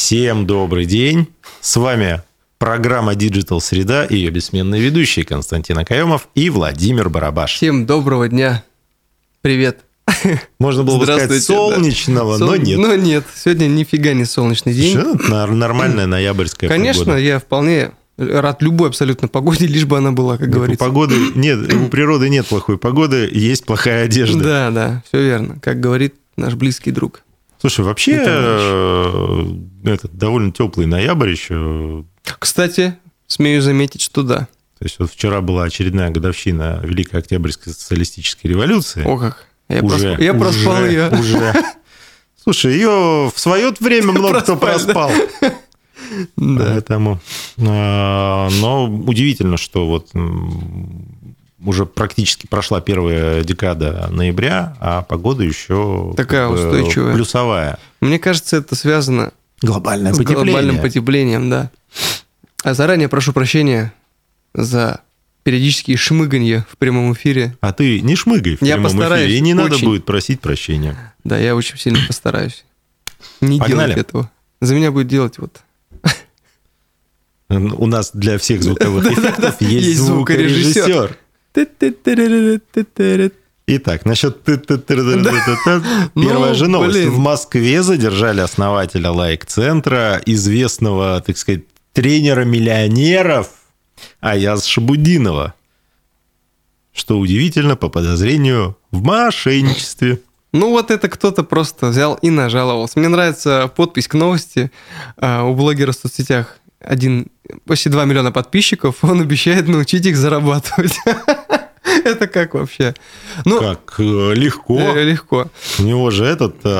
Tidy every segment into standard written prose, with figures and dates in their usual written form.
Всем добрый день. С вами программа Digital Среда и ее бессменные ведущие Константин Акаемов и Владимир Барабаш. Всем доброго дня. Привет. Можно было бы сказать солнечного, да. Но нет. Но нет, сегодня нифига не солнечный день. Нормальная ноябрьская Конечно, погода. Я вполне рад любой абсолютно погоде, лишь бы она была, как говорится. У природы нет плохой погоды, есть плохая одежда. Да, все верно, как говорит наш близкий друг. Слушай, вообще это довольно теплый ноябрь еще. Кстати, смею заметить, что да. То есть вот вчера была очередная годовщина Великой Октябрьской социалистической революции. О как! Я проспал ее. Уже. Слушай, ее в свое время много кто проспал. Да. Поэтому... Но удивительно, что вот уже практически прошла первая декада ноября, а погода еще такая устойчивая, плюсовая. Мне кажется, это связано с глобальным потеплением, да. А заранее прошу прощения за периодические шмыганье в прямом эфире. А ты не шмыгай в прямом эфире, и не надо будет просить прощения. Да, я очень сильно постараюсь не делать этого. За меня будет делать вот... У нас для всех звуковых эффектов есть звукорежиссер. Итак, насчет первая же новость. В Москве задержали основателя лайк-центра, известного, так сказать, тренера миллионеров Аяза Шабудинова. Что удивительно, по подозрению в мошенничестве. Ну, вот это кто-то просто взял и нажаловался. Мне нравится подпись к новости у блогера в соцсетях. Почти 2 миллиона подписчиков, он обещает научить их зарабатывать. Это как вообще? Как легко. Легко. У него же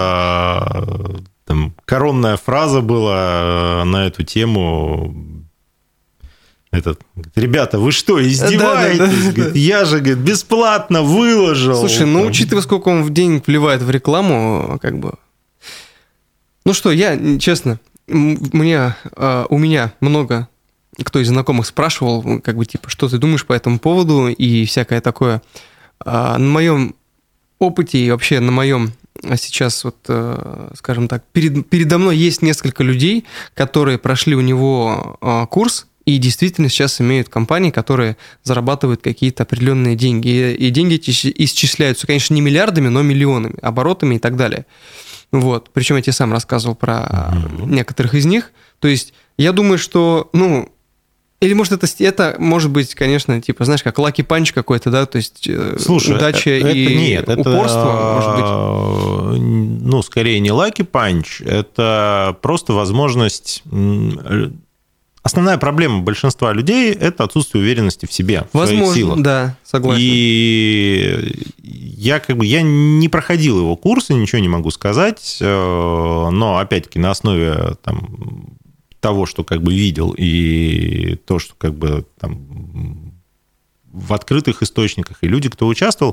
коронная фраза была на эту тему. Ребята, вы что, издеваетесь? Да. Я же, бесплатно выложил. Слушай, учитывая, сколько он в день вливает в рекламу, как бы... Ну что, я, честно, у меня много кто из знакомых спрашивал, как бы, типа, что ты думаешь по этому поводу и всякое такое. На моем опыте и вообще на моем сейчас, вот, скажем так, передо мной есть несколько людей, которые прошли у него курс, и действительно сейчас имеют компании, которые зарабатывают какие-то определенные деньги. И деньги эти исчисляются, конечно, не миллиардами, но миллионами, оборотами и так далее. Вот. Причем я тебе сам рассказывал про некоторых из них. То есть я думаю, что, или может это может быть, конечно, типа, знаешь, как лаки панч какой-то, да, то есть удача и упорство, может быть. Скорее не лаки панч, это просто возможность... Основная проблема большинства людей – это отсутствие уверенности в себе, в своих силах. Да, согласен. И я не проходил его курсы, ничего не могу сказать, но, опять-таки, на основе того, что видел, и то, что в открытых источниках, и люди, кто участвовал,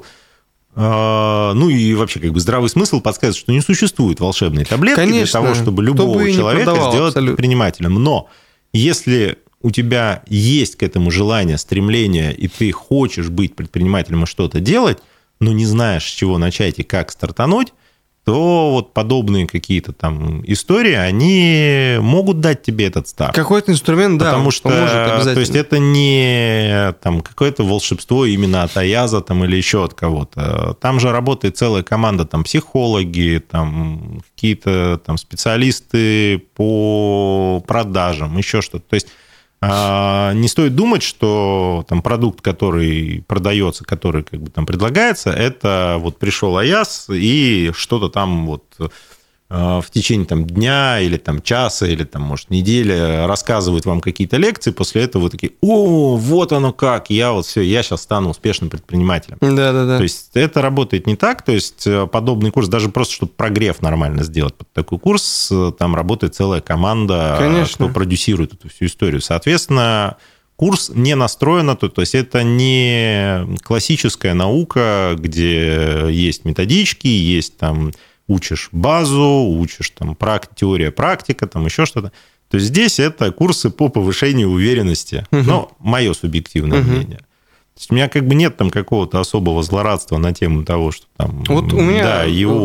и вообще здравый смысл подсказывает, что не существует волшебной таблетки, конечно, для того, чтобы любого человека сделать предпринимателем. Но если у тебя есть к этому желание, стремление, и ты хочешь быть предпринимателем и что-то делать, но не знаешь, с чего начать и как стартануть, то вот подобные какие-то истории, они могут дать тебе этот старт. Какой-то инструмент, да, потому что, поможет обязательно. То есть это не какое-то волшебство именно от Аяза или еще от кого-то. Там же работает целая команда, психологи, какие-то специалисты по продажам, еще что-то. То есть не стоит думать, что продукт, который продается, который предлагается, это вот пришел Аяз и что-то в течение дня или часа или может недели рассказывают вам какие-то лекции, после этого вы такие: о, вот оно как, я сейчас стану успешным предпринимателем. Да. То есть это работает не так, то есть подобный курс, даже просто чтобы прогрев нормально сделать под такой курс, там работает целая команда, конечно, кто продюсирует эту всю историю. Соответственно, курс не настроен, то есть это не классическая наука, где есть методички, есть учишь базу, учишь теория, практика, еще что-то. То есть здесь это курсы по повышению уверенности. Мое субъективное мнение. есть у меня как бы нет там какого-то особого злорадства на тему того, что там вот у меня да, его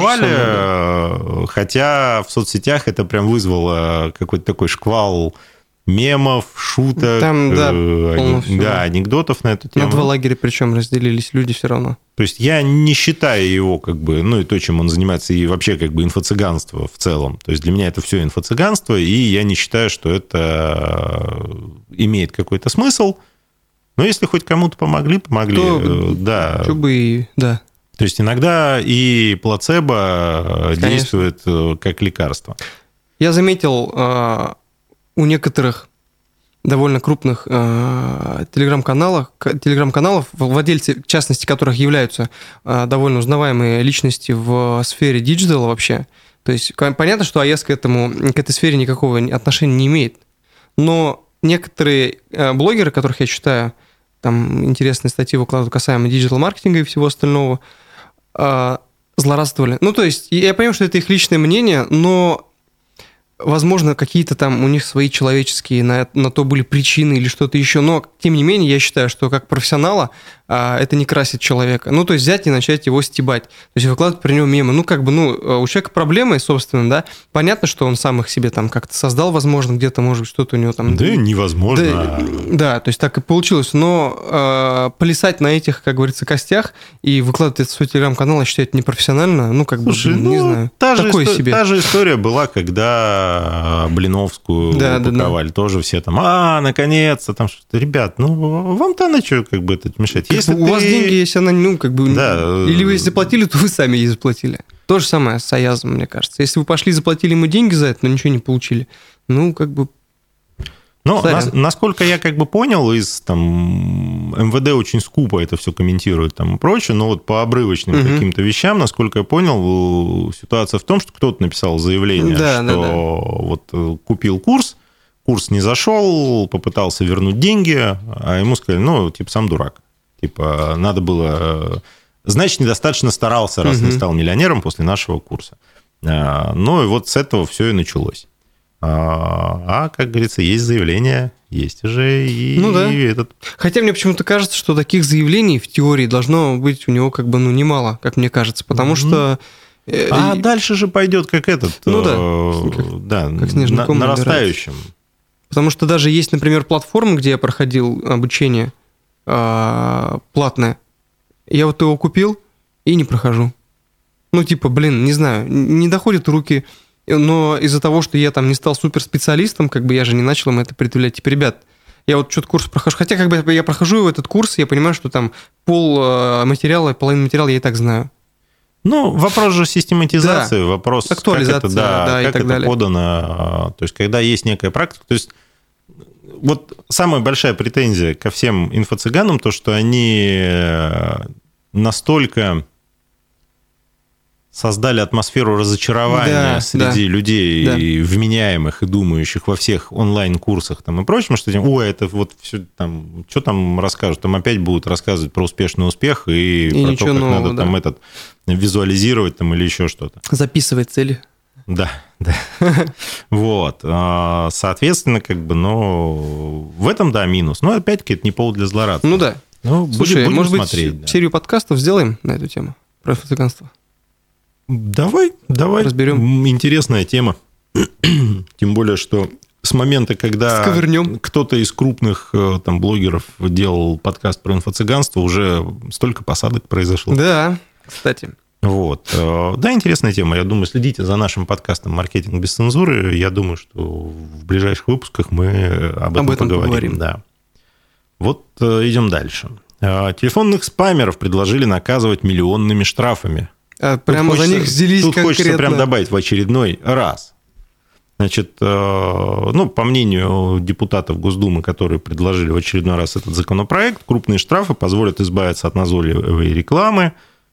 упаковали, хотя в соцсетях это прям вызвало какой-то такой шквал мемов, шуток, там, да, анекдотов на эту тему. На два лагеря причем разделились люди все равно. То есть я не считаю его как бы, ну и то, чем он занимается, и вообще как бы инфо-цыганство в целом. То есть для меня это все инфо-цыганство, и я не считаю, что это имеет какой-то смысл. Но если хоть кому-то помогли, то, да. Да. То есть иногда и плацебо действует как лекарство. Я заметил у некоторых довольно крупных телеграм-каналов, владельцы, в частности, которых являются довольно узнаваемые личности в сфере диджитала вообще. То есть понятно, что iOS к этой сфере никакого отношения не имеет. Но некоторые блогеры, которых я читаю, там интересные статьи выкладывают касаемо диджитал-маркетинга и всего остального, злорадствовали. Ну, то есть я понимаю, что это их личное мнение, но возможно, какие-то там у них свои человеческие на то были причины или что-то еще, но, тем не менее, я считаю, что как профессионала это не красит человека. Ну, то есть взять и начать его стебать. То есть выкладывать про него мемы. Ну, как бы, у человека проблемы, собственно, да. Понятно, что он сам их себе там как-то создал, возможно, где-то, может быть, что-то у него там... Да, невозможно. Да, то есть так и получилось. Но плясать на этих, как говорится, костях и выкладывать это в свой телеграм-канал, я считаю, это непрофессионально. Ну, как слушай, бы, не знаю. Та же история была, когда Блиновскую упаковали. Тоже все там, наконец-то, там что-то. Ребят, вам-то на что как бы это мешать? У вас деньги, если она, да. Или вы заплатили, то вы сами ей заплатили. То же самое с Аязом, мне кажется. Если вы пошли, заплатили ему деньги за это, но ничего не получили, как бы... Ну, насколько я как бы понял, из там МВД очень скупо это все комментирует там и прочее, но вот по обрывочным каким-то вещам, насколько я понял, ситуация в том, что кто-то написал заявление, вот купил курс не зашел, попытался вернуть деньги, а ему сказали, сам дурак. Типа, надо было... Значит, недостаточно старался, раз не стал миллионером после нашего курса. Ну, и вот с этого все и началось. Как говорится, есть заявление, есть уже и этот... Хотя мне почему-то кажется, что таких заявлений в теории должно быть у него как бы, немало, как мне кажется, потому что... дальше же пойдет как этот... как снежный ком нарастающим. Набирается. Потому что даже есть, например, платформа, где я проходил обучение платное. Я вот его купил и не прохожу. Не знаю, не доходят руки... Но из-за того, что я там не стал суперспециалистом, как бы я же не начал им это предъявлять. Типа, ребят, я вот что-то курс прохожу. Хотя, как бы я прохожу этот курс, я понимаю, что там половину материала я и так знаю. Вопрос же систематизации, да. Вопрос, актуализации, как это далее. подано. То есть, когда есть некая практика. То есть, вот самая большая претензия ко всем инфо-цыганам, то, что они настолько... создали атмосферу разочарования среди людей, вменяемых и думающих во всех онлайн-курсах там, и прочем, что это вот все там, что там расскажут, там опять будут рассказывать про успешный успех и про то, как нового, надо там визуализировать там, или еще что-то. Записывать цели. Да. Вот. Соответственно, как бы, в этом, минус. Но, опять-таки, это не повод для злорадства. Слушай, будем может смотреть, быть, серию подкастов сделаем на эту тему? Про инфо-цыганство. Давай. Разберем. Интересная тема. Тем более, что с момента, когда кто-то из крупных там блогеров делал подкаст про инфо-цыганство, уже столько посадок произошло. Да, кстати. Вот. Да, интересная тема. Я думаю, следите за нашим подкастом «Маркетинг без цензуры». Я думаю, что в ближайших выпусках мы об этом поговорим. Да. Вот идем дальше. Телефонных спамеров предложили наказывать миллионными штрафами. Прямо за них взялись конкретно. Тут хочется прям добавить в очередной раз. Значит, по мнению депутатов Госдумы, которые предложили в очередной раз этот законопроект, крупные штрафы позволят избавиться от назойливой рекламы.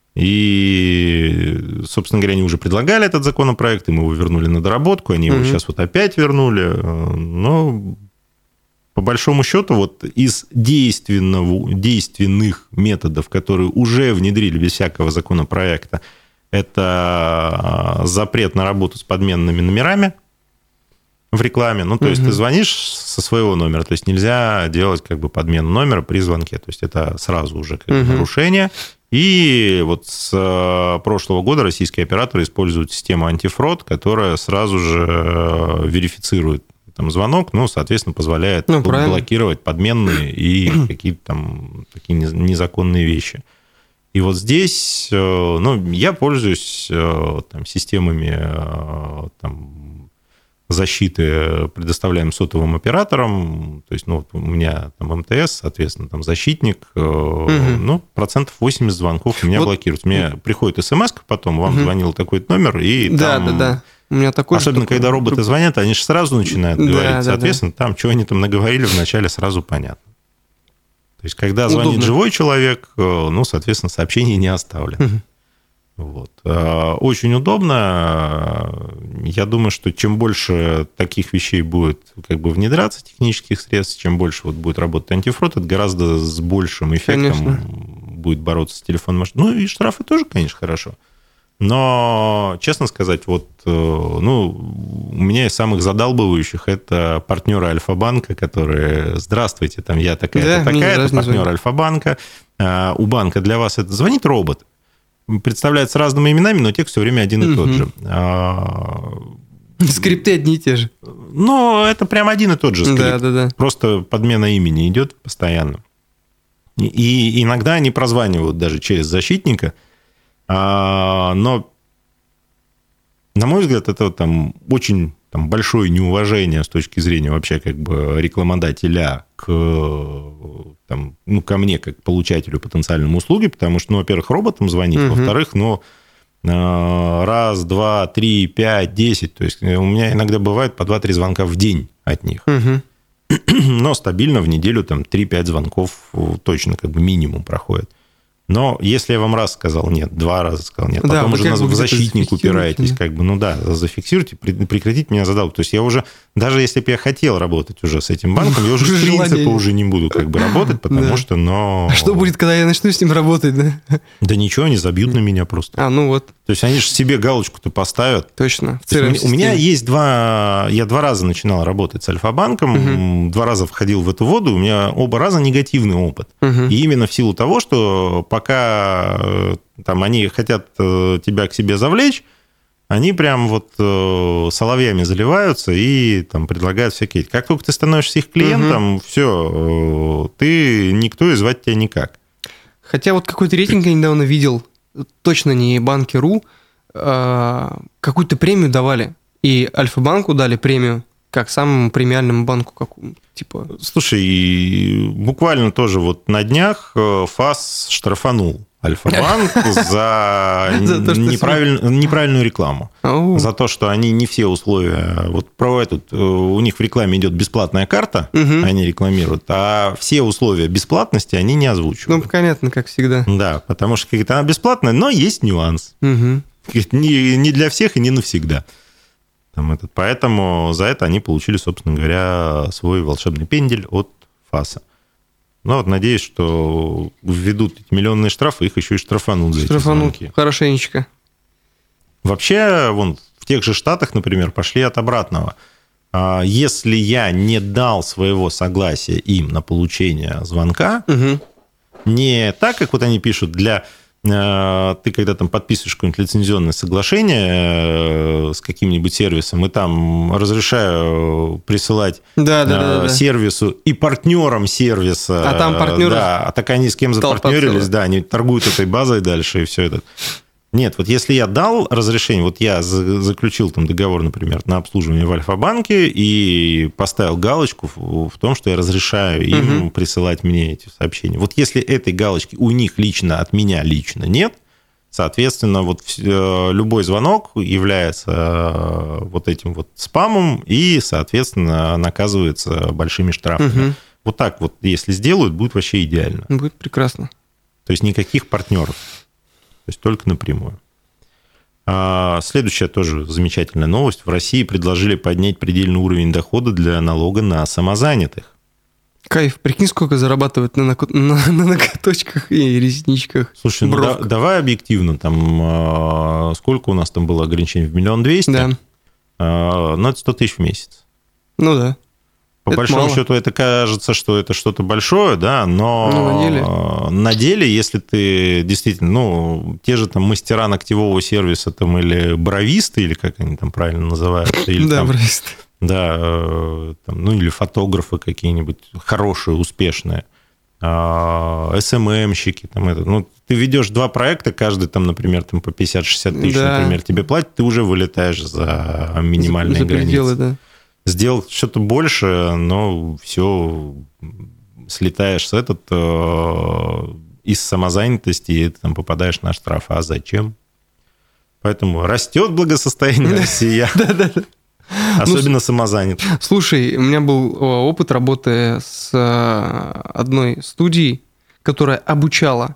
И, собственно говоря, они уже предлагали этот законопроект, и мы его вернули на доработку, они его сейчас вот опять вернули. Но, по большому счету, вот из действенных методов, которые уже внедрили без всякого законопроекта, это запрет на работу с подменными номерами. в рекламе. Ну, то есть ты звонишь со своего номера, то есть нельзя делать как бы подмену номера при звонке. То есть это сразу уже как бы нарушение. И вот с прошлого года российские операторы используют систему антифрод, которая сразу же верифицирует там звонок, ну, соответственно, позволяет блокировать подменные и какие-то там такие незаконные вещи. И вот здесь, ну, я пользуюсь там системами там, защиты, предоставляем сотовым операторам, то есть, ну, у меня там МТС, соответственно, там защитник, ну, 80% звонков у меня блокируют. Мне приходит смс, потом вам звонил такой-то номер, и там... Да. У меня такой особенно, когда роботы звонят, они же сразу начинают говорить, соответственно, там, что они там наговорили, вначале сразу понятно. То есть, когда звонит живой человек, ну, соответственно, сообщение не оставлено. Вот. Очень удобно. Я думаю, что чем больше таких вещей будет как бы внедряться, технических средств, чем больше вот будет работать антифрод, это гораздо с большим эффектом будет бороться с телефонным. Ну, и штрафы тоже, конечно, хорошо. Но, честно сказать, вот, ну, у меня из самых задалбывающих это партнеры Альфа-банка, которые, здравствуйте, там я такая-то, такая-то, партнер Альфа-банка. У банка для вас это звонит робот, представляется разными именами, но текст все время один и тот же. Скрипты одни и те же. Но это прям один и тот же скрипт. Да. Просто подмена имени идет постоянно. И иногда они прозванивают даже через защитника. Но, на мой взгляд, это там очень там, большое неуважение с точки зрения вообще как бы рекламодателя к, там, ну, ко мне, как получателю потенциальной услуги, потому что, ну, во-первых, роботам звонить, во-вторых, ну, раз, два, три, 5, 10, то есть у меня иногда бывает по 2-3 звонка в день от них. Но стабильно в неделю там 3-5 звонков точно как бы минимум проходит. Но если я вам раз сказал нет, 2 раза сказал нет, потом уже в защитник упираетесь, как бы, ну да, зафиксируйте, прекратите меня задал. То есть я уже, даже если бы я хотел работать уже с этим банком, я уже с принципа уже не буду как бы работать, потому что, но... А что будет, когда я начну с ним работать, да? Да ничего, они забьют на меня просто. Ну вот. То есть они же себе галочку-то поставят. Точно. У меня есть я 2 раза начинал работать с Альфа-банком, 2 раза входил в эту воду, у меня оба раза негативный опыт. И именно в силу того, что пока там они хотят тебя к себе завлечь, они прям вот соловьями заливаются и там предлагают всякие. Как только ты становишься их клиентом, все, ты никто и звать тебя никак. Хотя вот какой-то рейтинг я недавно видел, точно не Банки.ру, какую-то премию давали. И Альфа-банку дали премию как самому премиальному банку. Типа... Слушай, буквально тоже вот на днях ФАС штрафанул Альфа-банк за неправильную рекламу. За то, что они не все условия... Вот про этот... У них в рекламе идет бесплатная карта, они рекламируют, а все условия бесплатности они не озвучивают. Ну, понятно, как всегда. Да, потому что она бесплатная, но есть нюанс. Не для всех и не навсегда. Поэтому за это они получили, собственно говоря, свой волшебный пендель от ФАСа. Ну, вот надеюсь, что введут эти миллионные штрафы, их еще и штрафанут за эти звонки. Хорошенечко. Вообще, вон, в тех же Штатах, например, пошли от обратного. Если я не дал своего согласия им на получение звонка, не так, как вот они пишут, ты когда там подписываешь какое-нибудь лицензионное соглашение с каким-нибудь сервисом, и там разрешаю присылать сервису и партнерам сервиса. А там партнеры... Да, так они с кем запартнерились, да, они торгуют этой базой дальше, и все это. Нет, вот если я дал разрешение, вот я заключил там договор, например, на обслуживание в Альфа-банке и поставил галочку в том, что я разрешаю им присылать мне эти сообщения. Вот если этой галочки у них лично, от меня лично нет, соответственно, вот любой звонок является вот этим вот спамом и, соответственно, наказывается большими штрафами. Вот так вот, если сделают, будет вообще идеально. Будет прекрасно. То есть никаких партнеров. То есть только напрямую. Следующая тоже замечательная новость. В России предложили поднять предельный уровень дохода для налога на самозанятых. Кайф. Прикинь, сколько зарабатывают на ноготочках и ресничках. Слушай, ну давай объективно. Там, сколько у нас там было ограничений? В 1 200 000? Да. Ну, это 100 000 в месяц. Ну да. По Это большому мало. счету это кажется, что это что-то большое, да, но Ну, на деле, если ты действительно, ну, те же там мастера ногтевого сервиса там, или бровисты, или как они там правильно называются, или Да, там, просто. да, там, ну или фотографы какие-нибудь хорошие, успешные, СММщики, там это, ну, ты ведешь 2 проекта, каждый там, например, там по 50-60 тысяч, Да. например, тебе платят, ты уже вылетаешь за минимальные За границы. пределы, да. Сделал что-то больше, но все, слетаешь с из самозанятости, и ты там попадаешь на штраф. А зачем? Поэтому растет благосостояние россиян. Особенно самозанят. Слушай, у меня был опыт работы с одной студией, которая обучала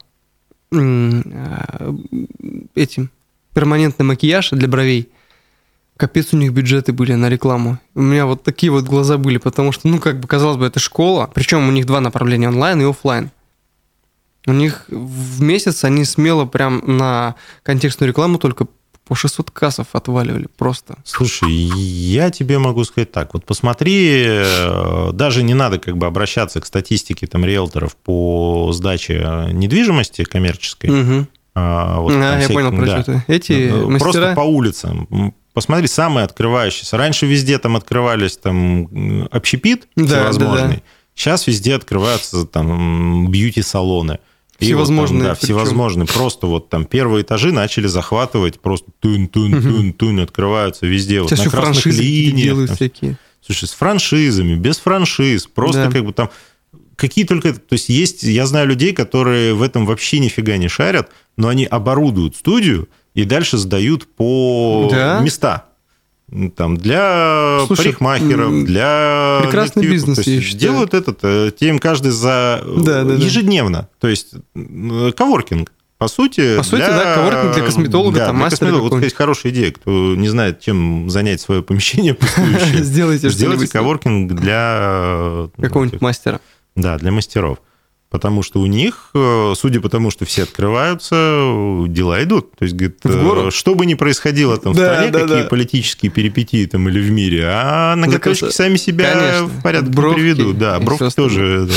этим перманентный макияж для бровей. Капец, у них бюджеты были на рекламу. У меня вот такие вот глаза были, потому что, ну, как бы, казалось бы, это школа, причем у них 2 направления, онлайн и офлайн. У них в месяц они смело прям на контекстную рекламу только по 600 кассов отваливали просто. Слушай, я тебе могу сказать так. Вот посмотри, даже не надо как бы обращаться к статистике там риэлторов по сдаче недвижимости коммерческой. Угу. Вот, Я понял, про что это. Эти мастера... Просто по улицам. Посмотри, самые открывающиеся. Раньше везде там открывались там общепит всевозможный. Сейчас везде открываются там бьюти-салоны. Всевозможные. Вот там, да, всевозможные. Просто вот там первые этажи начали захватывать, просто тун-тун-тун-тун, открываются везде. Вот сейчас на красных франшизы линиях. делают Там, всякие. слушай, с франшизами, без франшиз. Просто как бы там... Какие только... То есть, я знаю людей, которые в этом вообще нифига не шарят, но они оборудуют студию и дальше сдают по места. Там, для парикмахеров, для... Прекрасный бизнес, я считаю. Делают те им каждый за... ежедневно. То есть, коворкинг. По сути, да, коворкинг для косметолога, да, там, для мастера. Вот, есть хорошая идея. Кто не знает, чем занять свое помещение пустующее, сделайте коворкинг для... какого-нибудь мастера. Да, для мастеров. Потому что у них, судя по тому, что все открываются, дела идут. То есть, говорит, что бы ни происходило там в стране, какие политические перипетии там или в мире, а ноготочки сами себя в порядок не приведут. Да, бровки тоже. Да.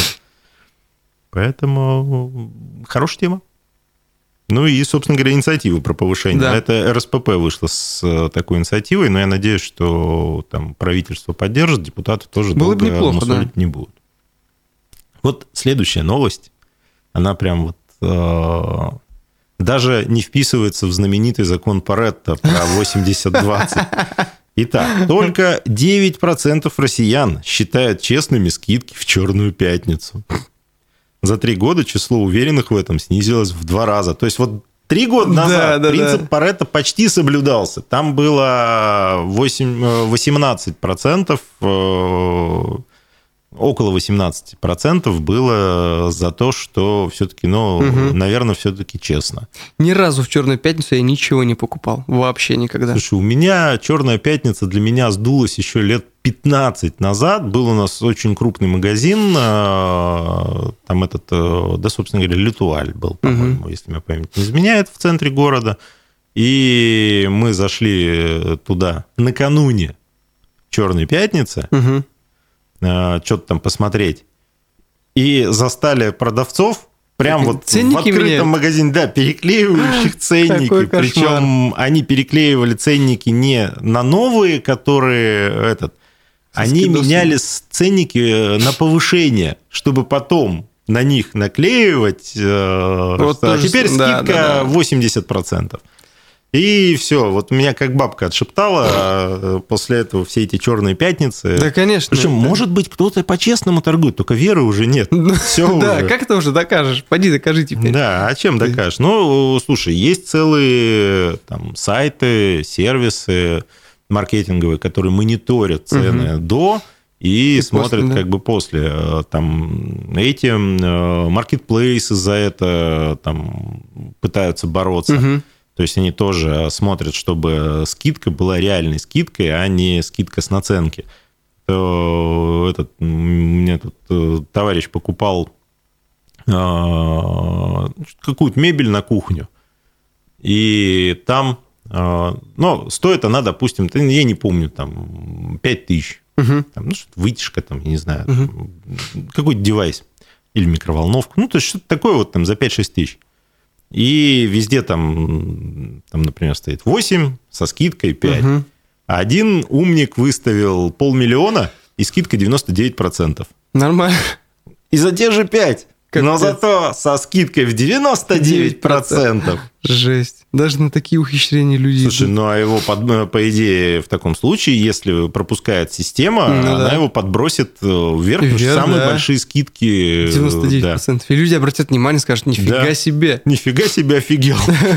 Поэтому хорошая тема. Ну и, собственно говоря, инициатива про повышение. Да. Это РСПП вышло с такой инициативой, но я надеюсь, что там правительство поддержит, депутаты тоже было долго мусолить да. не будут. Вот следующая новость, она прям вот даже не вписывается в знаменитый закон Паретта про 80-20. Итак, только 9% россиян считают честными скидки в Черную пятницу. За 3 года число уверенных в этом снизилось в 2 раза. То есть вот 3 года назад принцип Паретта почти соблюдался. Там было 18%, около 18% было за то, что все-таки, наверное, все-таки честно. Ни разу в Черную пятницу я ничего не покупал. Вообще никогда. Слушай, у меня Черная пятница для меня сдулась еще лет 15 назад. Был у нас очень крупный магазин, там собственно говоря, Летуаль был, по-моему, если меня память не изменяет, в центре города. И мы зашли туда накануне Черной пятницы, что-то там посмотреть, и застали продавцов прям вот ценники в открытом магазине, переклеивающих ценники. Причем они переклеивали ценники не на новые, которые они меняли ценники на повышение, чтобы потом на них наклеивать. Вот а теперь скидка 80%. И все, вот меня как бабка отшептала после этого все эти черные пятницы. Да, конечно. Причем, может быть, кто-то по-честному торгует, только веры уже нет. Все да, уже. Как это уже докажешь? Пойди докажи теперь. Да, а чем докажешь? Ну, слушай, есть целые там сайты, сервисы маркетинговые, которые мониторят цены до и смотрят после, как бы после. Там эти маркетплейсы за это там пытаются бороться. То есть они тоже смотрят, чтобы скидка была реальной скидкой, а не скидка с наценки. Мне тут товарищ покупал какую-то мебель на кухню. И там, стоит она, допустим, я не помню, там 5000. Угу. Там, вытяжка, там, я не знаю, какой-то девайс или микроволновка. Ну, то есть что-то такое вот там за 5-6 тысяч. И везде там, например, стоит 8 со скидкой 5. Угу. А один умник выставил 500 000 и скидка 99%. Нормально. И за те же 5. Капец. Но зато со скидкой в 99%. Жесть. Даже на такие ухищрения люди Слушай, идут. ну а его, по идее, в таком случае, если пропускает система, она его подбросит вверх, потому что самые большие скидки... 99%. Да. И люди обратят внимание, скажут, нифига себе. Нифига себе, офигел.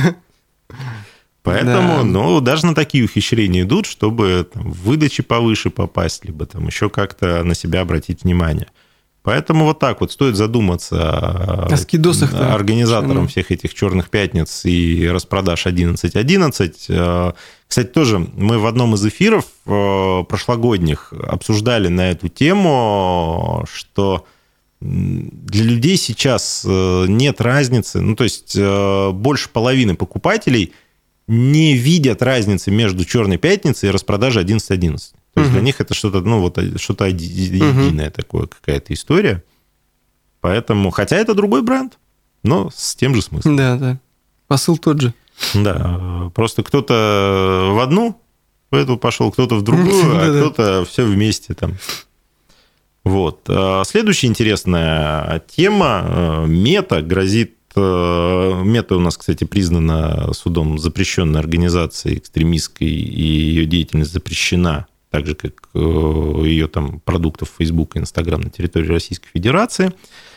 Поэтому, ну, даже на такие ухищрения идут, чтобы там, в выдаче повыше попасть, либо там еще как-то на себя обратить внимание. Поэтому вот так вот стоит задуматься организаторам всех этих черных пятниц и распродаж 11.11. Кстати, тоже мы в одном из эфиров прошлогодних обсуждали на эту тему, что для людей сейчас нет разницы, ну, то есть больше половины покупателей не видят разницы между черной пятницей и распродажей 11.11. То есть для них это что-то, ну, вот что-то единое такое, какая-то история. Поэтому, хотя это другой бренд, но с тем же смыслом. Да. Посыл тот же. Да, просто кто-то в одну в эту пошел, кто-то в другую, а кто-то все вместе там. Вот. Следующая интересная тема. Мета грозит... Мета у нас, кстати, признана судом запрещенной организацией экстремистской, и ее деятельность запрещена, так же, как ее там продуктов Facebook и Instagram на территории Российской Федерации.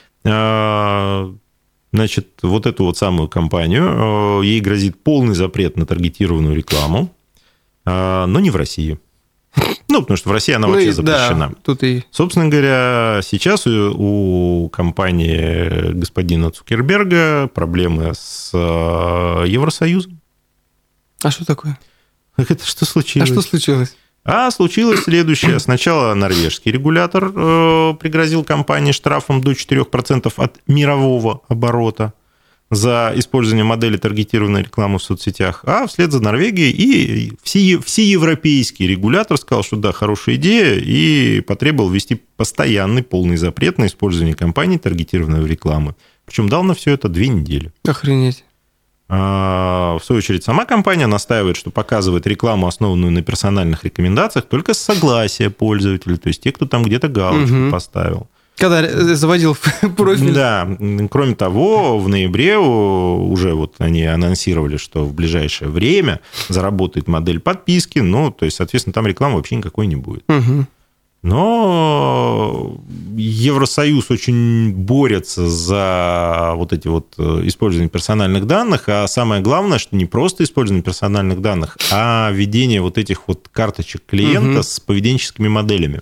Значит, вот эту вот самую компанию, ей грозит полный запрет на таргетированную рекламу, но не в России. Ну, потому что в России она вообще запрещена. Да, тут и... Собственно говоря, сейчас у компании господина Цукерберга проблемы с Евросоюзом. А что такое? Это что случилось? А случилось следующее. Сначала норвежский регулятор пригрозил компании штрафом до 4% от мирового оборота за использование модели таргетированной рекламы в соцсетях, а вслед за Норвегией и всеевропейский регулятор сказал, что да, хорошая идея, и потребовал ввести постоянный полный запрет на использование компаний таргетированной рекламы. Причем дал на все это 2 недели. Охренеть. В свою очередь, сама компания настаивает, что показывает рекламу, основанную на персональных рекомендациях, только с согласия пользователей, то есть те, кто там где-то галочку поставил. Когда заводил профиль. Да, кроме того, в ноябре уже вот они анонсировали, что в ближайшее время заработает модель подписки, ну, то есть, соответственно, там рекламы вообще никакой не будет. Но Евросоюз очень борется за вот эти вот использование персональных данных, а самое главное, что не просто использование персональных данных, а введение вот этих вот карточек клиента с поведенческими моделями.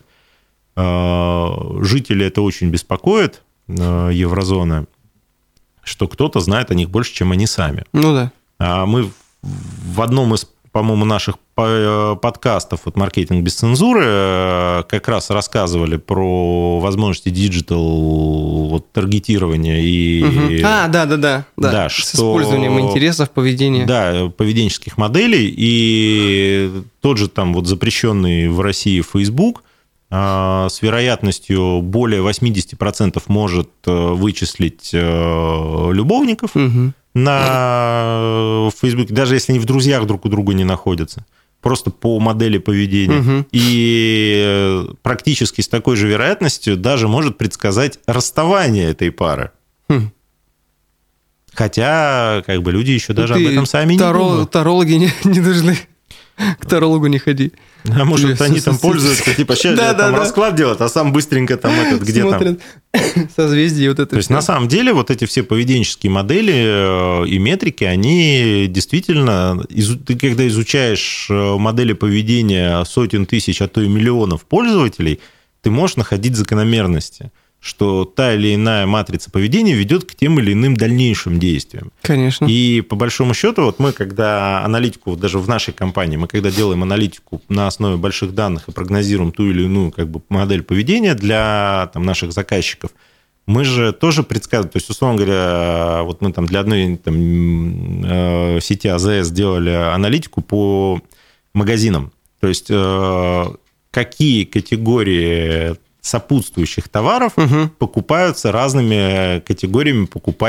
Жители это очень беспокоит, еврозоны, что кто-то знает о них больше, чем они сами. Ну да. Мы в одном из, по-моему, наших подкастов вот «Маркетинг без цензуры» как раз рассказывали про возможности диджитал вот, таргетирования и... Да. Да, с использованием интересов, поведения. Да, поведенческих моделей. И тот же там вот запрещенный в России Facebook с вероятностью более 80% может вычислить любовников на Фейсбуке, даже если они в друзьях друг у друга не находятся, просто по модели поведения. И практически с такой же вероятностью даже может предсказать расставание этой пары. Хотя, как бы, люди еще даже об этом сами не думают. Тарологи не должны... К тарологу не ходи. А может, они там пользуются, типа, сейчас там расклад делают, а сам быстренько там где смотрят там... созвездие вот это. То есть, на самом деле, вот эти все поведенческие модели и метрики, они действительно... Ты, когда изучаешь модели поведения сотен тысяч, а то и миллионов пользователей, ты можешь находить закономерности, что та или иная матрица поведения ведет к тем или иным дальнейшим действиям. Конечно. И по большому счету, вот мы, когда аналитику, вот даже в нашей компании, мы когда делаем аналитику на основе больших данных и прогнозируем ту или иную как бы, модель поведения для там, наших заказчиков, мы же тоже предсказываем, то есть, условно говоря, вот мы там для одной там, сети АЗС делали аналитику по магазинам. То есть какие категории сопутствующих товаров покупаются разными категориями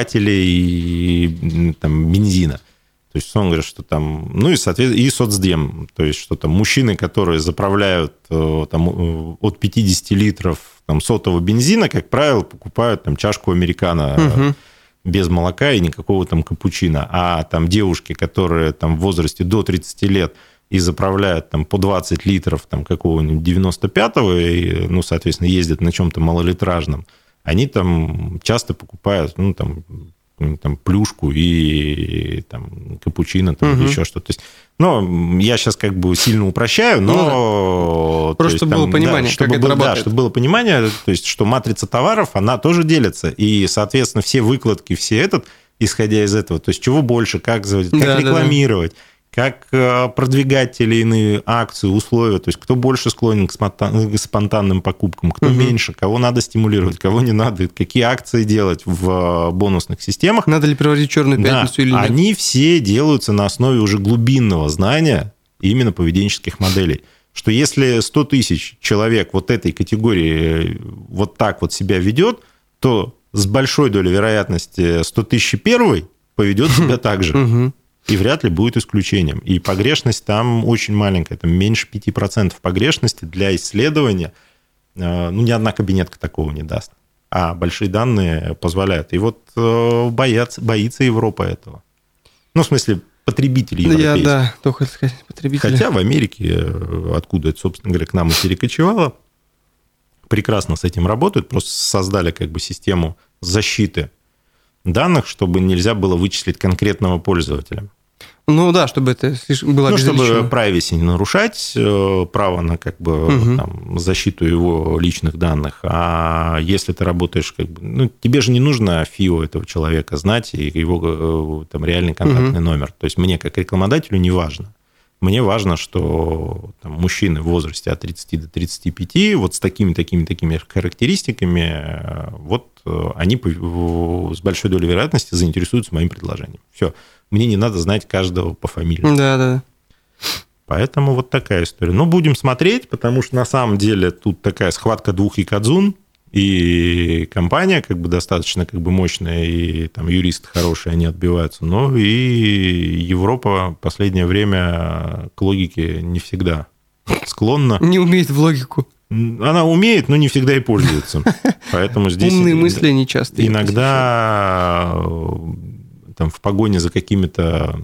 покупателей там, бензина. То есть он говорит, что там, ну и, соответственно, и соцдем, то есть что там мужчины, которые заправляют там, от 50 литров там, сотого бензина, как правило, покупают там чашку американо без молока и никакого там капучино. А там девушки, которые там в возрасте до 30 лет и заправляют там по 20 литров там какого-нибудь 95-го, и, ну, соответственно, ездят на чем-то малолитражном, они там часто покупают, ну, там плюшку и там капучино, там, или еще что-то. То есть, ну, я сейчас как бы сильно упрощаю, но... Просто чтобы было понимание, да, как это работает. Да, чтобы было понимание, то есть, что матрица товаров, она тоже делится. И, соответственно, все выкладки, все этот, исходя из этого, то есть, чего больше, как рекламировать, как продвигать те или иные акции, условия, то есть кто больше склонен к спонтанным покупкам, кто меньше, кого надо стимулировать, кого не надо, какие акции делать в бонусных системах. Надо ли проводить черную пятницу или нет? Они все делаются на основе уже глубинного знания именно поведенческих моделей. Что если 100 тысяч человек вот этой категории вот так вот себя ведет, то с большой долей вероятности 100 тысяч первый поведет себя так же. И вряд ли будет исключением. И погрешность там очень маленькая, там меньше 5% погрешности для исследования. Ну, ни одна кабинетка такого не даст. А большие данные позволяют. И вот боится Европа этого. Ну, в смысле, потребители европейские. Да, только хотел сказать, потребители. Хотя в Америке, откуда это, собственно говоря, к нам и перекочевало, прекрасно с этим работают, просто создали как бы систему защиты данных, чтобы нельзя было вычислить конкретного пользователя. Ну да, чтобы это было обезличено. Чтобы privacy не нарушать, право на как бы, там, защиту его личных данных. А если ты работаешь, как бы, ну, тебе же не нужно ФИО этого человека знать и его там, реальный контактный номер. То есть мне как рекламодателю не важно. Мне важно, что там, мужчины в возрасте от 30 до 35 вот с такими характеристиками, вот они с большой долей вероятности заинтересуются моим предложением. Все. Мне не надо знать каждого по фамилии. Да. Поэтому вот такая история. Но будем смотреть, потому что на самом деле тут такая схватка двух якадзун, и компания как бы достаточно как бы мощная, и там юристы хорошие, они отбиваются. Но и Европа в последнее время к логике не всегда склонна. Не умеет в логику. Она умеет, но не всегда и пользуется. Поэтому здесь... Умные мысли не часто. Иногда там, в погоне за какими-то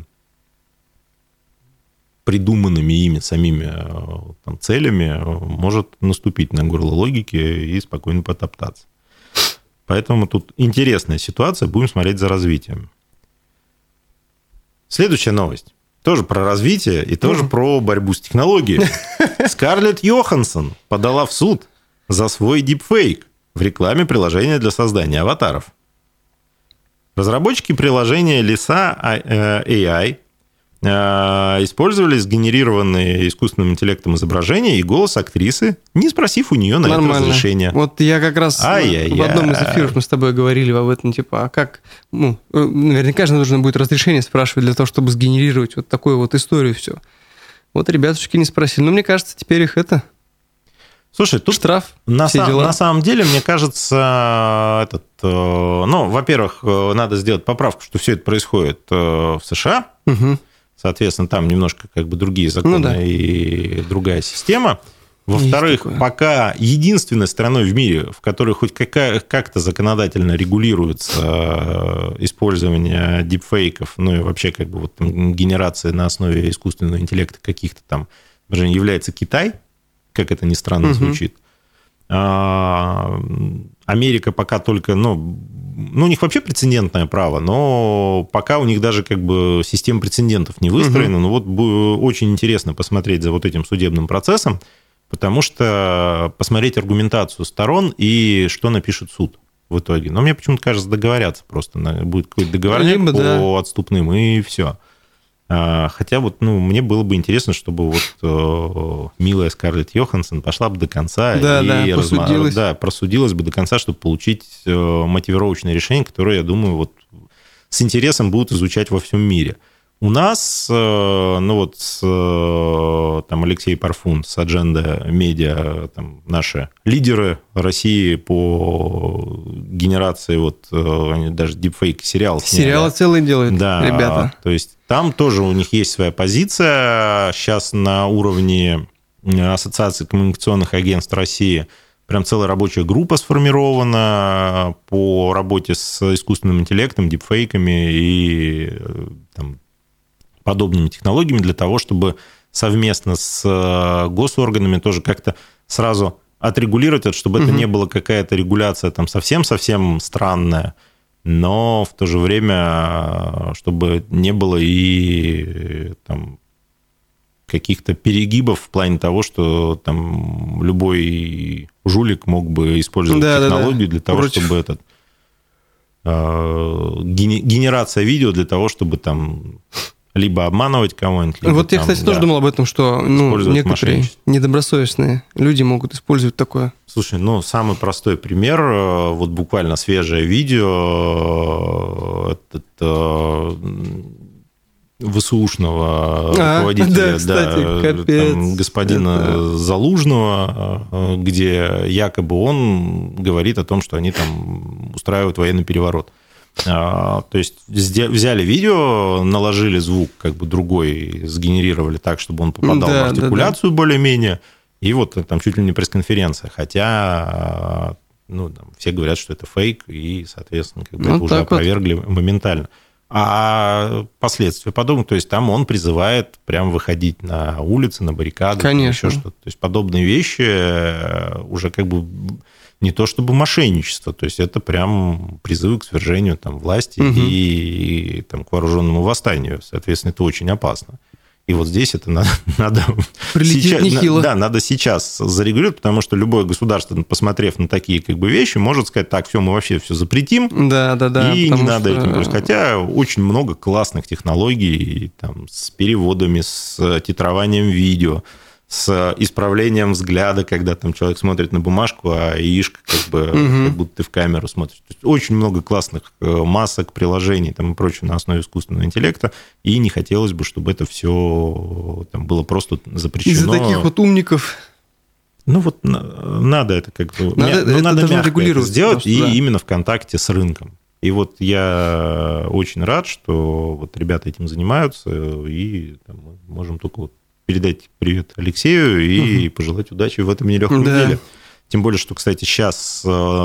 придуманными ими самими там, целями может наступить на горло логики и спокойно потоптаться. Поэтому тут интересная ситуация, будем смотреть за развитием. Следующая новость. Тоже про развитие и тоже про борьбу с технологией. Скарлетт Йоханссон подала в суд за свой дипфейк в рекламе приложения для создания аватаров. Разработчики приложения Lisa AI использовали сгенерированные искусственным интеллектом изображения и голос актрисы, не спросив у нее на это разрешения. Вот я как раз в одном из эфиров мы с тобой говорили об этом, типа, а как, ну, наверняка же нужно будет разрешение спрашивать для того, чтобы сгенерировать вот такую вот историю все. Вот ребятушки не спросили. Но мне кажется, теперь их это... Слушай, тут штраф, на самом деле, мне кажется, ну, во-первых, надо сделать поправку, что все это происходит в США. Соответственно, там немножко как бы другие законы и другая система. Во-вторых, пока единственной страной в мире, в которой хоть как-то законодательно регулируется использование дипфейков, ну и вообще как бы вот генерация на основе искусственного интеллекта каких-то там, является Китай, как это ни странно звучит. Америка пока только, ну, у них вообще прецедентное право, но пока у них даже как бы система прецедентов не выстроена. Но вот очень интересно посмотреть за вот этим судебным процессом, потому что посмотреть аргументацию сторон и что напишет суд в итоге. Но мне почему-то кажется, договорятся просто. Будет какой-то договорняк по отступным, и все. Хотя вот, ну, мне было бы интересно, чтобы вот милая Скарлетт Йоханссон пошла бы до конца и просудилась бы до конца, чтобы получить мотивировочное решение, которое, я думаю, вот с интересом будут изучать во всем мире. У нас, ну вот, там Алексей Парфун с Agenda Media, там наши лидеры России по генерации, вот, они даже дипфейк сериал сняли. Сериалы целые делают, да, ребята. То есть там тоже у них есть своя позиция. Сейчас на уровне Ассоциации коммуникационных агентств России прям целая рабочая группа сформирована по работе с искусственным интеллектом, дипфейками и там, подобными технологиями для того, чтобы совместно с госорганами тоже как-то сразу отрегулировать это, чтобы это не было какая-то регуляция там совсем-совсем странная, но в то же время, чтобы не было и там каких-то перегибов в плане того, что там любой жулик мог бы использовать технологию для того, чтобы генерация видео для того, чтобы там либо обманывать кого-нибудь. Вот я, кстати, тоже думал об этом, что некоторые недобросовестные люди могут использовать такое. Слушай, самый простой пример, вот буквально свежее видео, ВСУшного руководителя, господина Залужного, где якобы он говорит о том, что они там устраивают военный переворот. То есть взяли видео, наложили звук как бы другой, сгенерировали так, чтобы он попадал в артикуляцию более-менее, и вот там чуть ли не пресс-конференция. Хотя все говорят, что это фейк, и, соответственно, как бы это уже опровергли моментально. А последствия подобные, то есть там он призывает прям выходить на улицы, на баррикады, еще что-то. То есть подобные вещи уже как бы не то чтобы мошенничество, то есть это прям призывы к свержению там власти и там, к вооруженному восстанию. Соответственно, это очень опасно. И вот здесь это надо сейчас, нехило. Да, надо сейчас зарегулировать, потому что любое государство, посмотрев на такие как бы вещи, может сказать, так, все, мы вообще все запретим, и не надо этим пользоваться. Хотя очень много классных технологий там, с переводами, с титрованием видео, с исправлением взгляда, когда там человек смотрит на бумажку, а яишка как будто ты в камеру смотришь. То есть очень много классных масок, приложений там, и прочего на основе искусственного интеллекта, и не хотелось бы, чтобы это все там, было просто запрещено. Из-за таких вот умников... Надо это как бы... Надо мягко это сделать, именно в контакте с рынком. И вот я очень рад, что вот ребята этим занимаются, и там, мы можем только вот передать привет Алексею и пожелать удачи в этом нелегком деле. Тем более, что, кстати, сейчас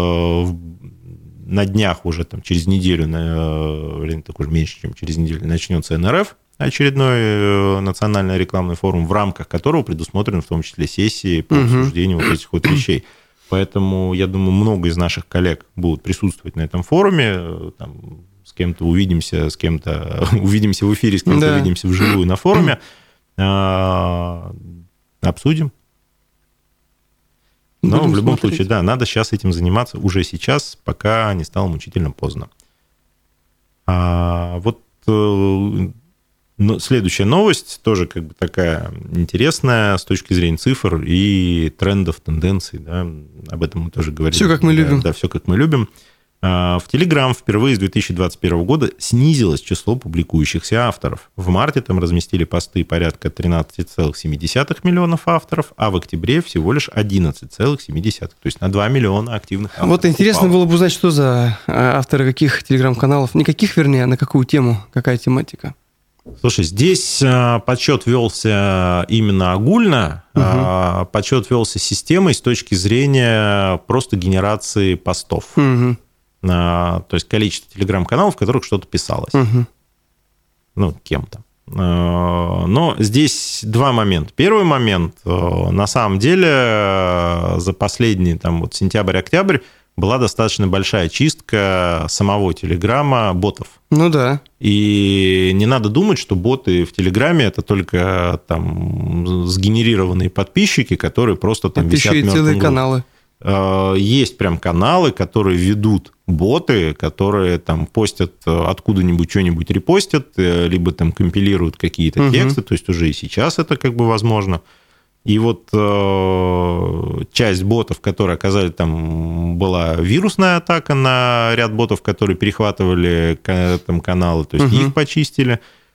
на днях уже там, через неделю, так уже меньше, чем через неделю, начнется НРФ, очередной национальный рекламный форум, в рамках которого предусмотрены в том числе сессии по обсуждению вот этих вот вещей. Поэтому, я думаю, много из наших коллег будут присутствовать на этом форуме. Там, с кем-то увидимся, с кем-то увидимся в эфире, с кем-то увидимся вживую на форуме. Обсудим. Но в любом случае, да, надо сейчас этим заниматься уже сейчас, пока не стало мучительно поздно. Вот следующая новость тоже как бы такая интересная с точки зрения цифр и трендов, тенденций. Да, об этом мы тоже говорили. Все как мы любим. Да, все как мы любим. В Telegram впервые с 2021 года снизилось число публикующихся авторов. В марте там разместили посты порядка 13,7 миллионов авторов, а в октябре всего лишь 11,7. То есть на 2 миллиона активных авторов. Вот интересно было бы узнать, что за авторы каких телеграм-каналов. Никаких, вернее, а на какую тему, какая тематика? Слушай, здесь подсчет велся именно огульно, подсчет велся системой с точки зрения просто генерации постов. То есть количество телеграм-каналов, в которых что-то писалось. Кем-то. Но здесь два момента. Первый момент, на самом деле, за последний сентябрь-октябрь была достаточно большая чистка самого Телеграма ботов. Ну да. И не надо думать, что боты в Телеграме это только там сгенерированные подписчики, которые просто там это висят еще и целые грудью. Каналы. Есть прям каналы, которые ведут боты, которые там постят откуда-нибудь что-нибудь репостят, либо там компилируют какие-то тексты, то есть уже и сейчас это как бы возможно. И вот часть ботов, которые оказали, там была вирусная атака на ряд ботов, которые перехватывали там каналы, то есть их почистили.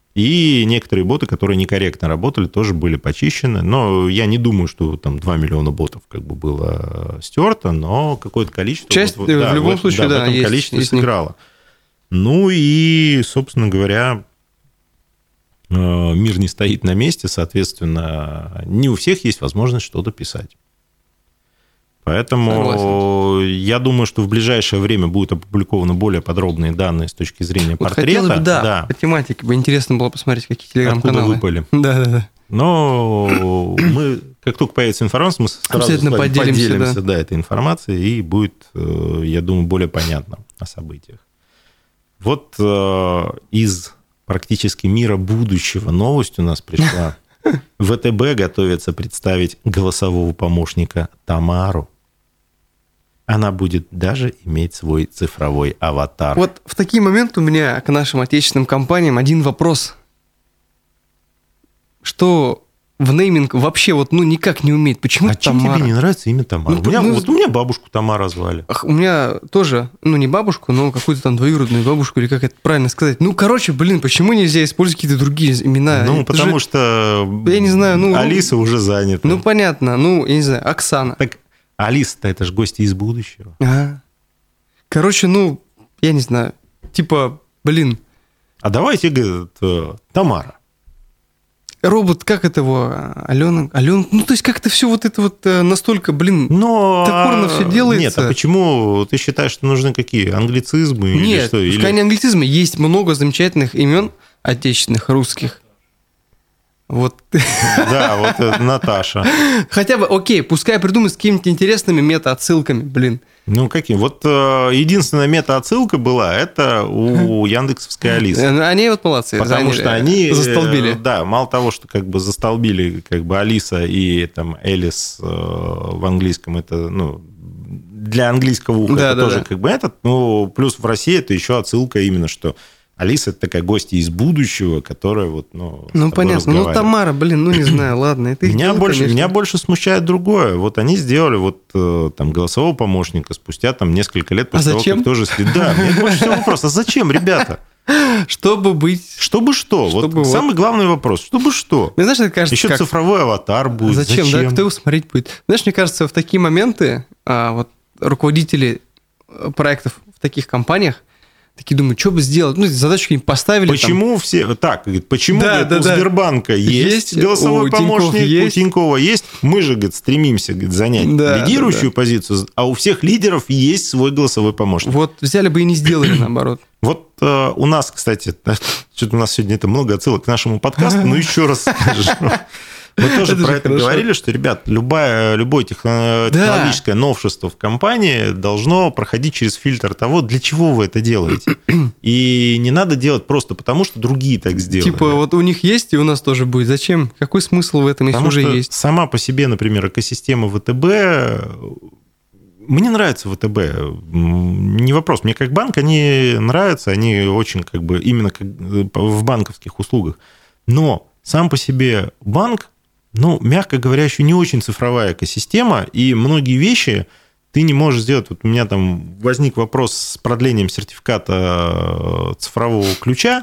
И некоторые боты, которые некорректно работали, тоже были почищены. Но я не думаю, что там 2 миллиона ботов как бы было стерто, но какое-то количество... Часть в любом случае, да, в этом количестве сыграло. Ну и, собственно говоря, мир не стоит на месте, соответственно, не у всех есть возможность что-то писать. Поэтому Согласен. Я думаю, что в ближайшее время будут опубликованы более подробные данные с точки зрения Вот портрета. хотелось бы, да, по тематике бы интересно было посмотреть, какие телеграм-каналы. Откуда выпали. Да. Но мы, как только появится информация, мы сразу с вами поделимся этой информацией, и будет, я думаю, более понятно о событиях. Вот из практически мира будущего новость у нас пришла. ВТБ готовится представить голосового помощника Тамару. Она будет даже иметь свой цифровой аватар. Вот в такие моменты у меня к нашим отечественным компаниям один вопрос. Что в нейминг вообще вот никак не умеет? Почему чем Тамара? тебе не нравится имя Тамара? У меня бабушку Тамара звали. У меня тоже, не бабушку, но какую-то там двоюродную бабушку, или как это правильно сказать. Почему нельзя использовать какие-то другие имена? Потому что я не знаю, Алиса уже занята. Понятно, я не знаю, Оксана. Так Алиса-то это же гости из будущего. Я не знаю, А давайте, говорит, Тамара. Робот, как это его? Алена? То есть, как это все вот это вот настолько, топорно все делается. Нет, а почему ты считаешь, что нужны какие? Англицизмы? Нет, или что? Пускай не англицизмы, есть много замечательных имен отечественных, русских. Вот. Да, вот Наташа. Хотя бы, окей, пускай придумают с какими-то интересными мета-отсылками, какие? Вот единственная мета-отсылка была, это у яндексовской Алисы. Они вот молодцы. Потому что они... Застолбили. Да, мало того, что как бы застолбили как бы Алиса и там Элис в английском, это, для английского уха это тоже как бы этот, плюс в России это еще отсылка именно, что Алиса – это такая гостья из будущего, которая вот, понятно. Тамара, не знаю, ладно. Это меня больше смущает другое. Вот они сделали там голосового помощника спустя там несколько лет после того, как тоже следит. Да, мне больше всего вопрос, а зачем, ребята? Чтобы быть... Чтобы что? Самый главный вопрос. Чтобы что? Мне, знаешь, кажется, еще цифровой аватар будет. Зачем? Да, кто его смотреть будет? Знаешь, мне кажется, в такие моменты руководители проектов в таких компаниях такие думают, что бы сделать? Задачку им поставили. Почему все... Так, почему у Сбербанка есть голосовой помощник, у Тинькова есть. Мы же, стремимся, занять лидирующую позицию, а у всех лидеров есть свой голосовой помощник. Вот взяли бы и не сделали, наоборот. Вот у нас, кстати, что-то у нас сегодня это много отсылок к нашему подкасту, но еще раз скажу. Мы тоже про это говорили, что, ребят, любое технологическое новшество в компании должно проходить через фильтр того, для чего вы это делаете. И не надо делать просто потому, что другие так сделали. Вот у них есть, и у нас тоже будет. Зачем? Какой смысл в этом, если уже есть? Сама по себе, например, экосистема ВТБ... Мне нравится ВТБ, не вопрос. Мне как банк они нравятся, они очень как бы именно в банковских услугах. Но сам по себе банк, мягко говоря, еще не очень цифровая экосистема, и многие вещи ты не можешь сделать. Вот у меня там возник вопрос с продлением сертификата цифрового ключа,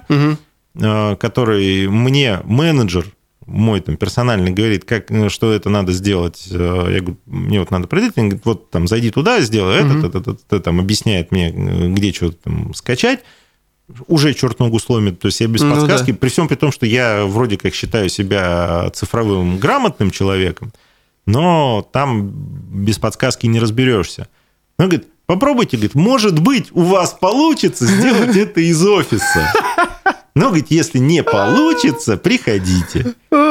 который мне менеджер мой там персональный говорит, что это надо сделать. Я говорю, мне надо продлить. Он говорит, вот там зайди туда, сделай это, там объясняет мне, где что-то там скачать. Уже черт ногу сломит, то есть я без подсказки, при всем при том, что я вроде как считаю себя цифровым грамотным человеком, но там без подсказки не разберешься. Он говорит, попробуйте, может быть, у вас получится сделать это из офиса. Но, говорит, если не получится, приходите.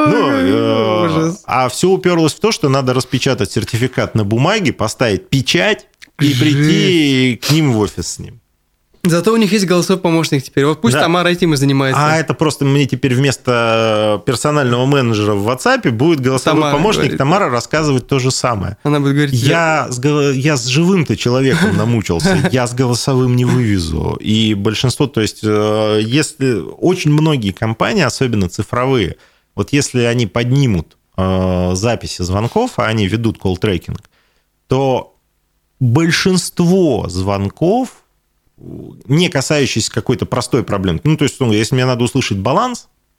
А все уперлось в то, что надо распечатать сертификат на бумаге, поставить печать и прийти к ним в офис с ним. Зато у них есть голосовой помощник теперь. Вот пусть Тамара этим и занимается. А это просто мне теперь вместо персонального менеджера в WhatsApp будет голосовой помощник. Говорит. Тамара рассказывает то же самое. Она будет говорить... Я с живым-то человеком намучился. Я с голосовым не вывезу. И большинство... То есть, если очень многие компании, особенно цифровые, вот если они поднимут записи звонков, а они ведут колл-трекинг, то большинство звонков, не касающиеся какой-то простой проблемы. То есть, если мне надо услышать баланс,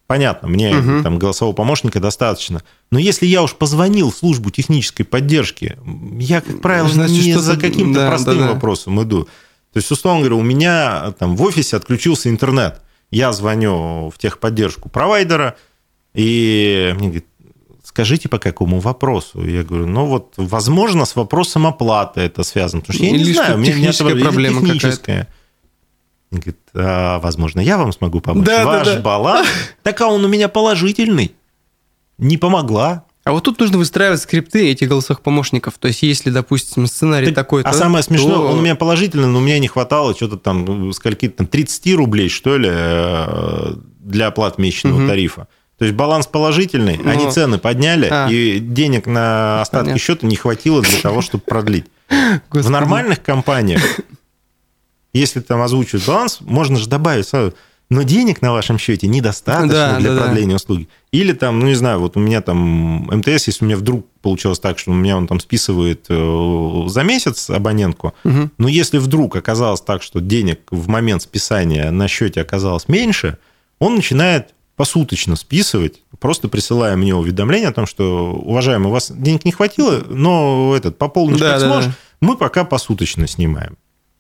понятно, мне там голосового помощника достаточно. Но если я уж позвонил в службу технической поддержки, я, как правило, не за каким-то простым вопросом иду. То есть, условно говоря, у меня там в офисе отключился интернет. Я звоню в техподдержку провайдера, и мне говорят, скажите, по какому вопросу? Я говорю, ну вот, возможно, с вопросом оплаты это связано. Потому что я не знаю, у меня техническая проблема техническая. Он говорит, возможно, я вам смогу помочь. Ваш баланс, так он у меня положительный. Не помогла. А вот тут нужно выстраивать скрипты этих голосовых помощников. То есть, если, допустим, сценарий такой-то... А самое смешное, он у меня положительный, но у меня не хватало что-то там, скольки-то там 30 рублей, что ли, для оплаты месячного тарифа. То есть, баланс положительный, они цены подняли, и денег на остатки счета не хватило для того, чтобы продлить. Господи. В нормальных компаниях, если там озвучивают баланс, можно же добавить сразу... Но денег на вашем счете недостаточно для продления услуги. Или там, ну не знаю, вот у меня там МТС, если у меня вдруг получилось так, что у меня он там списывает за месяц абонентку, но если вдруг оказалось так, что денег в момент списания на счете оказалось меньше, он начинает посуточно списывать, просто присылая мне уведомление о том, что, уважаемый, у вас денег не хватило, но пополнить как сможешь, мы пока посуточно снимаем.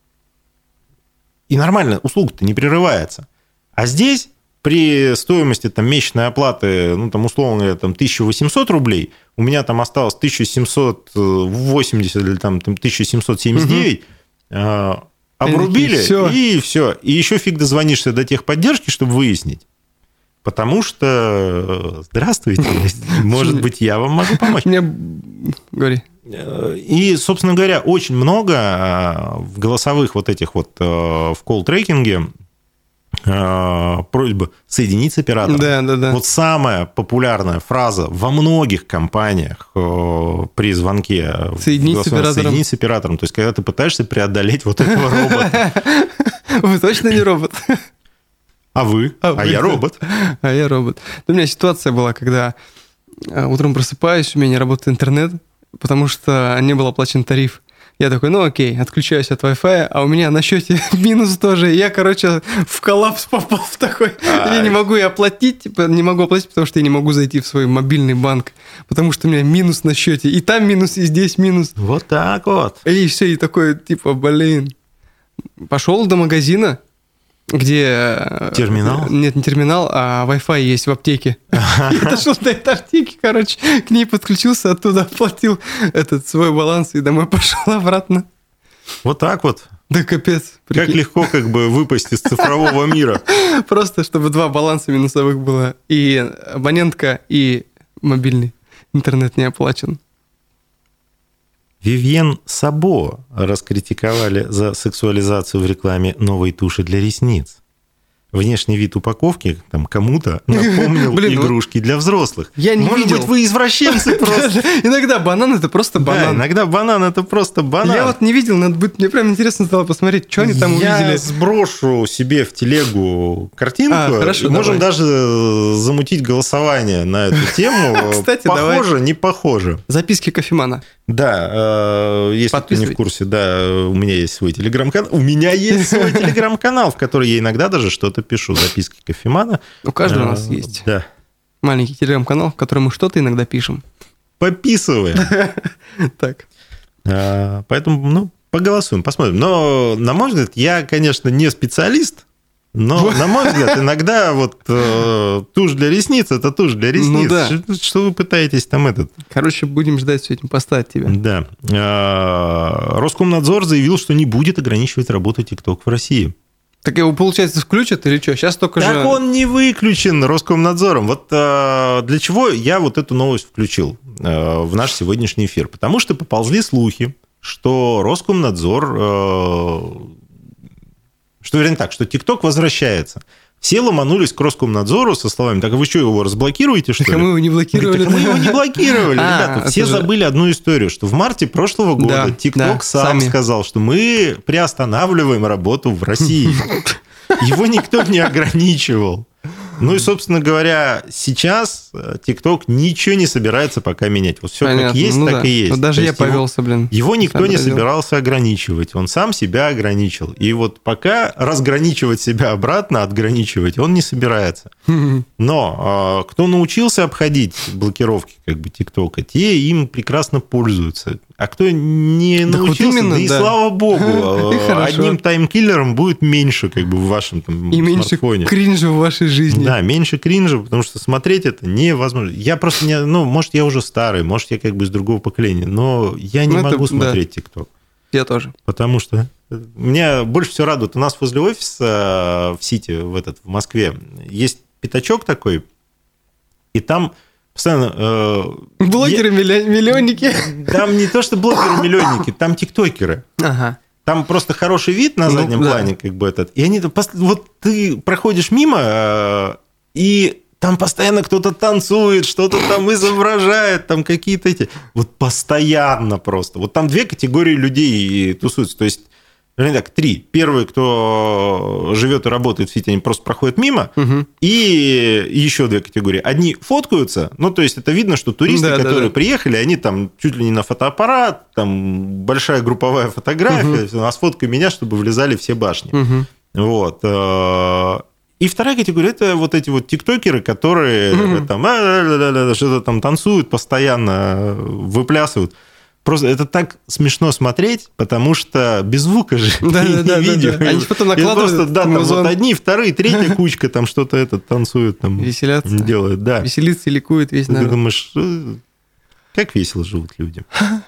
И нормально, услуга-то не прерывается. А здесь при стоимости там, месячной оплаты, ну, там, условно говоря, там, 1800 рублей, у меня там осталось 1780 или там, 1779, обрубили, и все. И еще фиг дозвонишься до техподдержки, чтобы выяснить. Потому что, здравствуйте, может быть, я вам могу помочь. Говори. И, собственно говоря, очень много в голосовых вот этих вот в колл-трекинге просьба соединить с оператором. Да. Вот самая популярная фраза во многих компаниях при звонке соединить с оператором. То есть, когда ты пытаешься преодолеть вот этого робота. Вы точно не робот? А вы? А я робот. А я робот. У меня ситуация была, когда утром просыпаюсь, у меня не работает интернет, потому что не был оплачен тариф. Я такой, ну окей, отключаюсь от Wi-Fi, а у меня на счете минус тоже. И я, короче, в коллапс попал в такой. Я не могу оплатить, потому что я не могу зайти в свой мобильный банк, потому что у меня минус на счете. И там минус, и здесь минус. Вот так вот. И все, и такой, типа, блин. Пошел до магазина, где... Терминал? Нет, не терминал, а Wi-Fi есть в аптеке. Дошел до этой аптеки, короче, к ней подключился, оттуда оплатил свой баланс и домой пошел обратно. Вот так вот. Да капец. Как легко как бы выпасть из цифрового мира. Просто, чтобы два баланса минусовых было. И абонентка, и мобильный интернет не оплачен. Вивьен Сабо раскритиковали за сексуализацию в рекламе новой туши для ресниц. Внешний вид упаковки там кому-то напомнил игрушки для взрослых. Я не Может видел. быть, вы извращенцы просто. Иногда банан – это просто банан. Иногда банан – это просто банан. Я вот не видел, мне прям интересно стало посмотреть, что они там увидели. Я сброшу себе в телегу картинку. Хорошо, можем даже замутить голосование на эту тему. Кстати, похоже, не похоже. Записки кофемана. Да, если ты не в курсе, да, у меня есть свой телеграм-канал. У меня есть свой телеграм-канал, в который я иногда даже что-то пишу. Записки кофемана. У каждого у нас есть. Да. Маленький телеграм-канал, в котором мы что-то иногда пишем. Пописываем. Так. Поэтому, ну, поголосуем, посмотрим. Но, на мой взгляд, я, конечно, не специалист, но, на мой взгляд, иногда вот тушь для ресниц – это тушь для ресниц. Ну, да. Что вы пытаетесь там этот? Короче, будем ждать с этим поста от тебя. Да. Роскомнадзор заявил, что не будет ограничивать работу ТикТок в России. Так его, получается, включат или что? Сейчас только так он не выключен Роскомнадзором. Вот для чего я вот эту новость включил в наш сегодняшний эфир? Потому что поползли слухи, что Роскомнадзор... что ТикТок возвращается. Все ломанулись к Роскомнадзору со словами, так а вы что, его разблокируете, что ли? Мы его не блокировали. Так мы его не блокировали, ребята. Все забыли одну историю, что в марте прошлого года ТикТок сам сказал, что мы приостанавливаем работу в России. Его никто не ограничивал. Ну и, собственно говоря, сейчас TikTok ничего не собирается пока менять. Вот все как есть, ну так да. и есть. Вот даже То я есть повелся, Его никто не сообразил. собирался ограничивать. Он сам себя ограничил. И вот пока разграничивать себя обратно, отграничивать, он не собирается. Но кто научился обходить блокировки как бы ТикТока, те им прекрасно пользуются. А кто не Так вот научился, именно, да и да. слава богу, И хорошо. одним таймкиллером будет меньше как бы в вашем там, И меньше смартфоне. кринжа в вашей жизни. Да, меньше кринжа, потому что смотреть это невозможно. Я просто не... Ну, может, я уже старый, может, я как бы из другого поколения, но я не Ну, это могу да. смотреть ТикТок. Я тоже. Потому что меня больше всего радует. У нас возле офиса в Сити, в Москве, есть пятачок такой, и там постоянно... Блогеры-миллионники. Там не то, что блогеры-миллионники, там тиктокеры. Ага. Там просто хороший вид на заднем да. плане, как бы этот. И они там... Вот ты проходишь мимо, и там постоянно кто-то танцует, что-то там изображает, там какие-то эти... Вот постоянно просто. Вот там две категории людей тусуются. То есть, вернее так, три. Первые, кто живет и работает в Сити, они просто проходят мимо. Угу. И еще две категории. Одни фоткаются, ну, то есть это видно, что туристы, которые приехали, они там чуть ли не на фотоаппарат, там большая групповая фотография, а сфоткай меня, чтобы влезали все башни. Вот. И вторая категория – это вот эти вот тиктокеры, которые там что-то там танцуют постоянно, выплясывают. Просто это так смешно смотреть, потому что без звука же не видео. Они потом накладывают. Просто, да, там вот одни, вторые, третья кучка там что-то танцуют, там веселятся, делают, да. Веселится, ликует весь народ. Ты думаешь, как весело живут люди.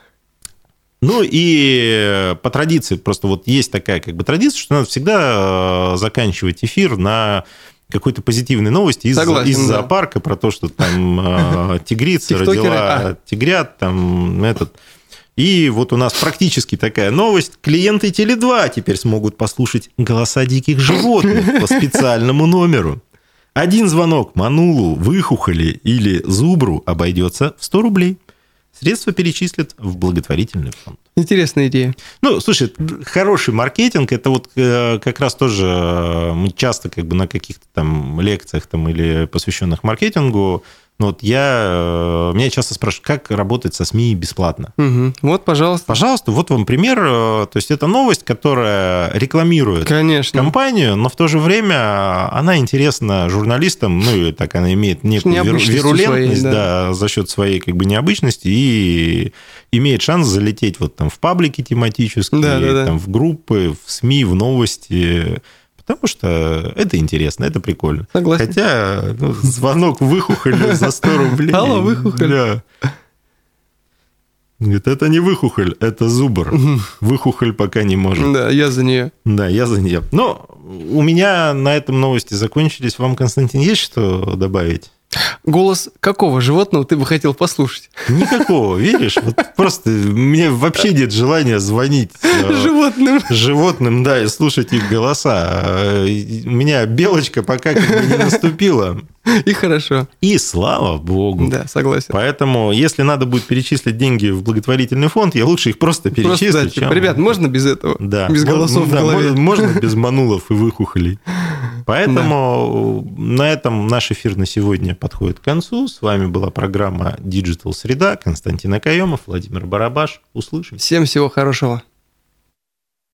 Ну и по традиции, просто вот есть такая как бы традиция, что надо всегда заканчивать эфир на какой-то позитивной новости из зоопарка про то, что там тигрица родила тигрят, там этот... И вот у нас практически такая новость. Клиенты Теле2 теперь смогут послушать голоса диких животных по специальному номеру. Один звонок манулу, выхухоли или зубру обойдется в 100 рублей. Средства перечислят в благотворительный фонд. Интересная идея. Ну, слушай, хороший маркетинг, это вот как раз тоже мы часто как бы на каких-то там лекциях там, или посвященных маркетингу, ну, вот меня часто спрашивают, как работать со СМИ бесплатно. Угу. Вот, пожалуйста. Пожалуйста, вот вам пример. То есть это новость, которая рекламирует компанию, но в то же время она интересна журналистам, ну, и так она имеет некую вирулентность, своей, да, за счет своей как бы необычности и имеет шанс залететь вот там в паблики тематические, там, в группы, в СМИ, в новости. Потому что это интересно, это прикольно. Согласен. Хотя звонок выхухоль за 100 рублей. Алло, выхухоль. Да. Говорит, это не выхухоль, это зубр. Выхухоль пока не может. Да, я за нее. Да, я за нее. Но у меня на этом новости закончились. Вам, Константин, есть что добавить? Голос какого животного ты бы хотел послушать? Никакого, веришь? Вот просто мне вообще нет желания звонить животным, да, и слушать их голоса. У меня белочка пока как бы не наступила. И хорошо. И слава богу. Да, согласен. Поэтому, если надо будет перечислить деньги в благотворительный фонд, я лучше их просто перечислю. Просто, да, ребят, можно без этого? Да. Без голосов в голове? Можно без манулов и выхухолей. Поэтому на этом наш эфир на сегодня подходит к концу. С вами была программа Digital Среда. Константин Акаемов, Владимир Барабаш. Услышимся. Всем всего хорошего.